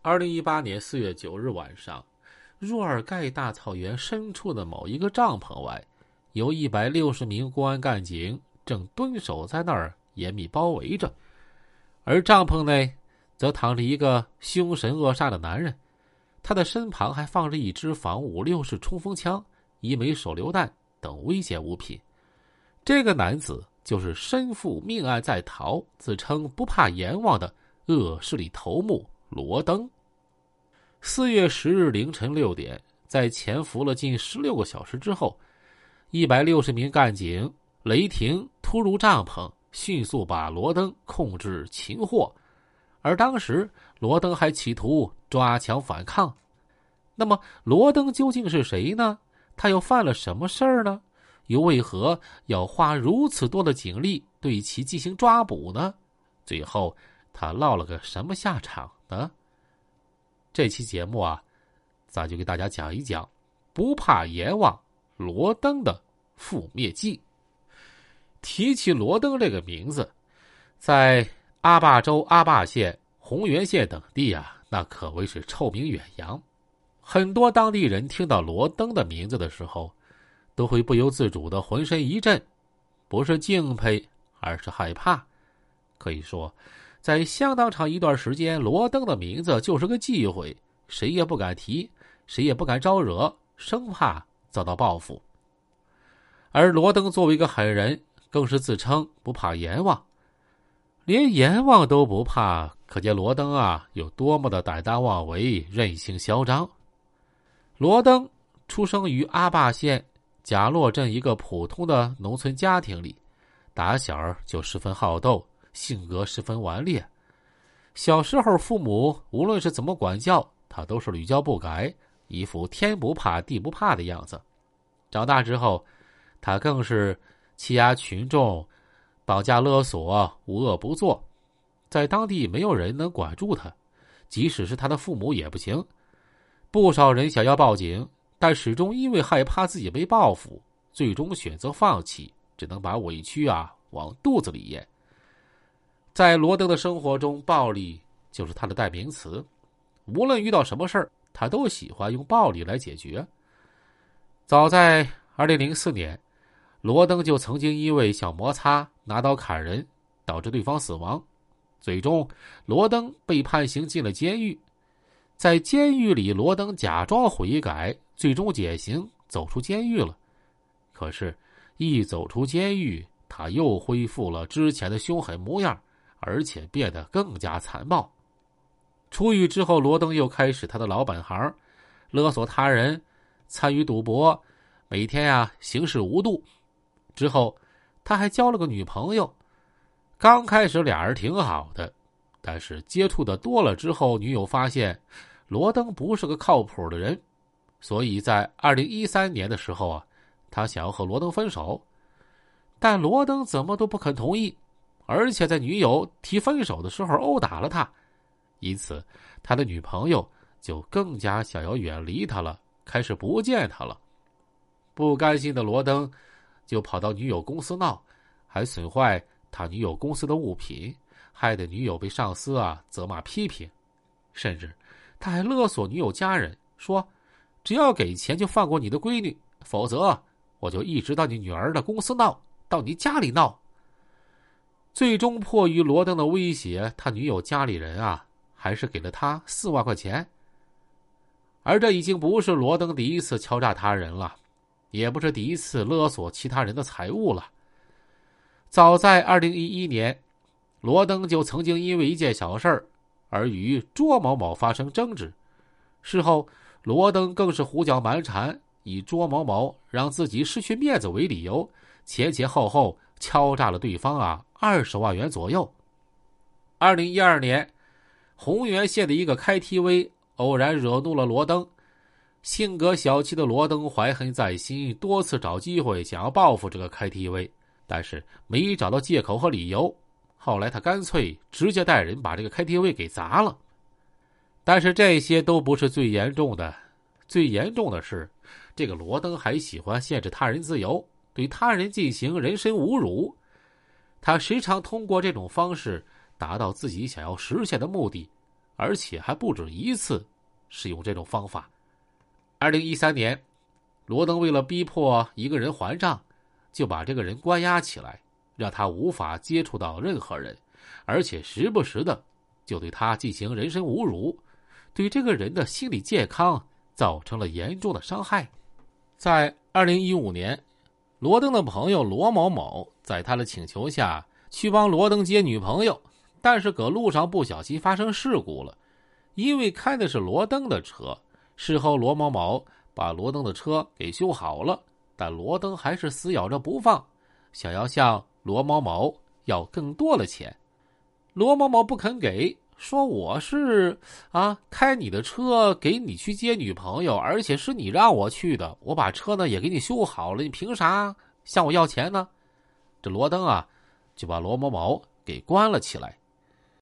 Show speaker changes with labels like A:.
A: 2018年4月9日晚上，若尔盖大草原深处的某一个帐篷外，有160名公安干警正蹲守在那儿，严密包围着。而帐篷内则躺着一个凶神恶煞的男人，他的身旁还放着一支仿56式冲锋枪、1枚手榴弹等危险物品。这个男子就是身负命案在逃、自称不怕阎王的恶势力头目罗登。4月10日凌晨6点，在潜伏了近16个小时之后，160名干警雷霆突入帐篷，迅速把罗登控制擒获。而当时罗登还企图抓强反抗。那么罗登究竟是谁呢？他又犯了什么事儿呢？又为何要花如此多的警力对其进行抓捕呢？最后他落了个什么下场呢？这期节目咱就给大家讲一讲不怕阎王罗登的覆灭记。提起罗登这个名字，在阿坝州阿坝县、洪源县等地那可谓是臭名远扬。很多当地人听到罗登的名字的时候，都会不由自主的浑身一震，不是敬佩，而是害怕。可以说，在相当长一段时间，罗登的名字就是个忌讳，谁也不敢提，谁也不敢招惹，生怕遭到报复。而罗登作为一个狠人，更是自称不怕阎王，连阎王都不怕，可见罗登有多么的胆大妄为、任性嚣张。罗登出生于阿坝县贾洛镇一个普通的农村家庭里，打小就十分好斗，性格十分顽劣。小时候父母无论是怎么管教，他都是屡教不改，一副天不怕地不怕的样子。长大之后，他更是欺压群众，绑架勒索，无恶不作，在当地没有人能管住他，即使是他的父母也不行。不少人想要报警，但始终因为害怕自己被报复，最终选择放弃，只能把委屈往肚子里咽。在罗登的生活中，暴力就是他的代名词，无论遇到什么事儿，他都喜欢用暴力来解决。早在2004年，罗登就曾经因为小摩擦拿刀砍人，导致对方死亡，最终罗登被判刑进了监狱。在监狱里，罗登假装悔改，最终减刑走出监狱了。可是一走出监狱，他又恢复了之前的凶狠模样，而且变得更加残暴。出狱之后，罗登又开始他的老本行，勒索他人，参与赌博，每天行事无度。之后他还交了个女朋友，刚开始俩人挺好的，但是接触的多了之后，女友发现罗登不是个靠谱的人，所以在2013年的时候他想要和罗登分手，但罗登怎么都不肯同意，而且在女友提分手的时候殴打了他，因此他的女朋友就更加想要远离他了，开始不见他了。不甘心的罗登就跑到女友公司闹，还损坏他女友公司的物品，害得女友被上司责骂批评，甚至他还勒索女友家人，说只要给钱就放过你的闺女，否则我就一直到你女儿的公司闹，到你家里闹。最终迫于罗登的威胁，他女友家里人还是给了他4万块钱。而这已经不是罗登第一次敲诈他人了，也不是第一次勒索其他人的财物了。早在2011年，罗登就曾经因为一件小事而与卓某某发生争执，事后罗登更是胡搅蛮缠，以卓某某让自己失去面子为理由，前前后后敲诈了对方20万元左右。2012年，洪源县的一个 KTV 偶然惹怒了罗登，性格小气的罗登怀恨在心，多次找机会想要报复这个 KTV， 但是没找到借口和理由。后来他干脆直接带人把这个 KTV 给砸了。但是这些都不是最严重的，最严重的是这个罗登还喜欢限制他人自由，对他人进行人身侮辱。他时常通过这种方式达到自己想要实现的目的， 而且还不止一次使用这种方法。2013年，罗登为了逼迫一个人还账，就把这个人关押起来，让他无法接触到任何人，而且时不时的就对他进行人身侮辱，对这个人的心理健康造成了严重的伤害。在2015年，罗登的朋友罗某某在他的请求下去帮罗登接女朋友，但是搁路上不小心发生事故了。因为开的是罗登的车，事后罗某某把罗登的车给修好了，但罗登还是死咬着不放，想要向罗某某要更多的钱。罗某某不肯给，说我是开你的车给你去接女朋友，而且是你让我去的，我把车呢也给你修好了，你凭啥向我要钱呢？这罗登就把罗某某给关了起来。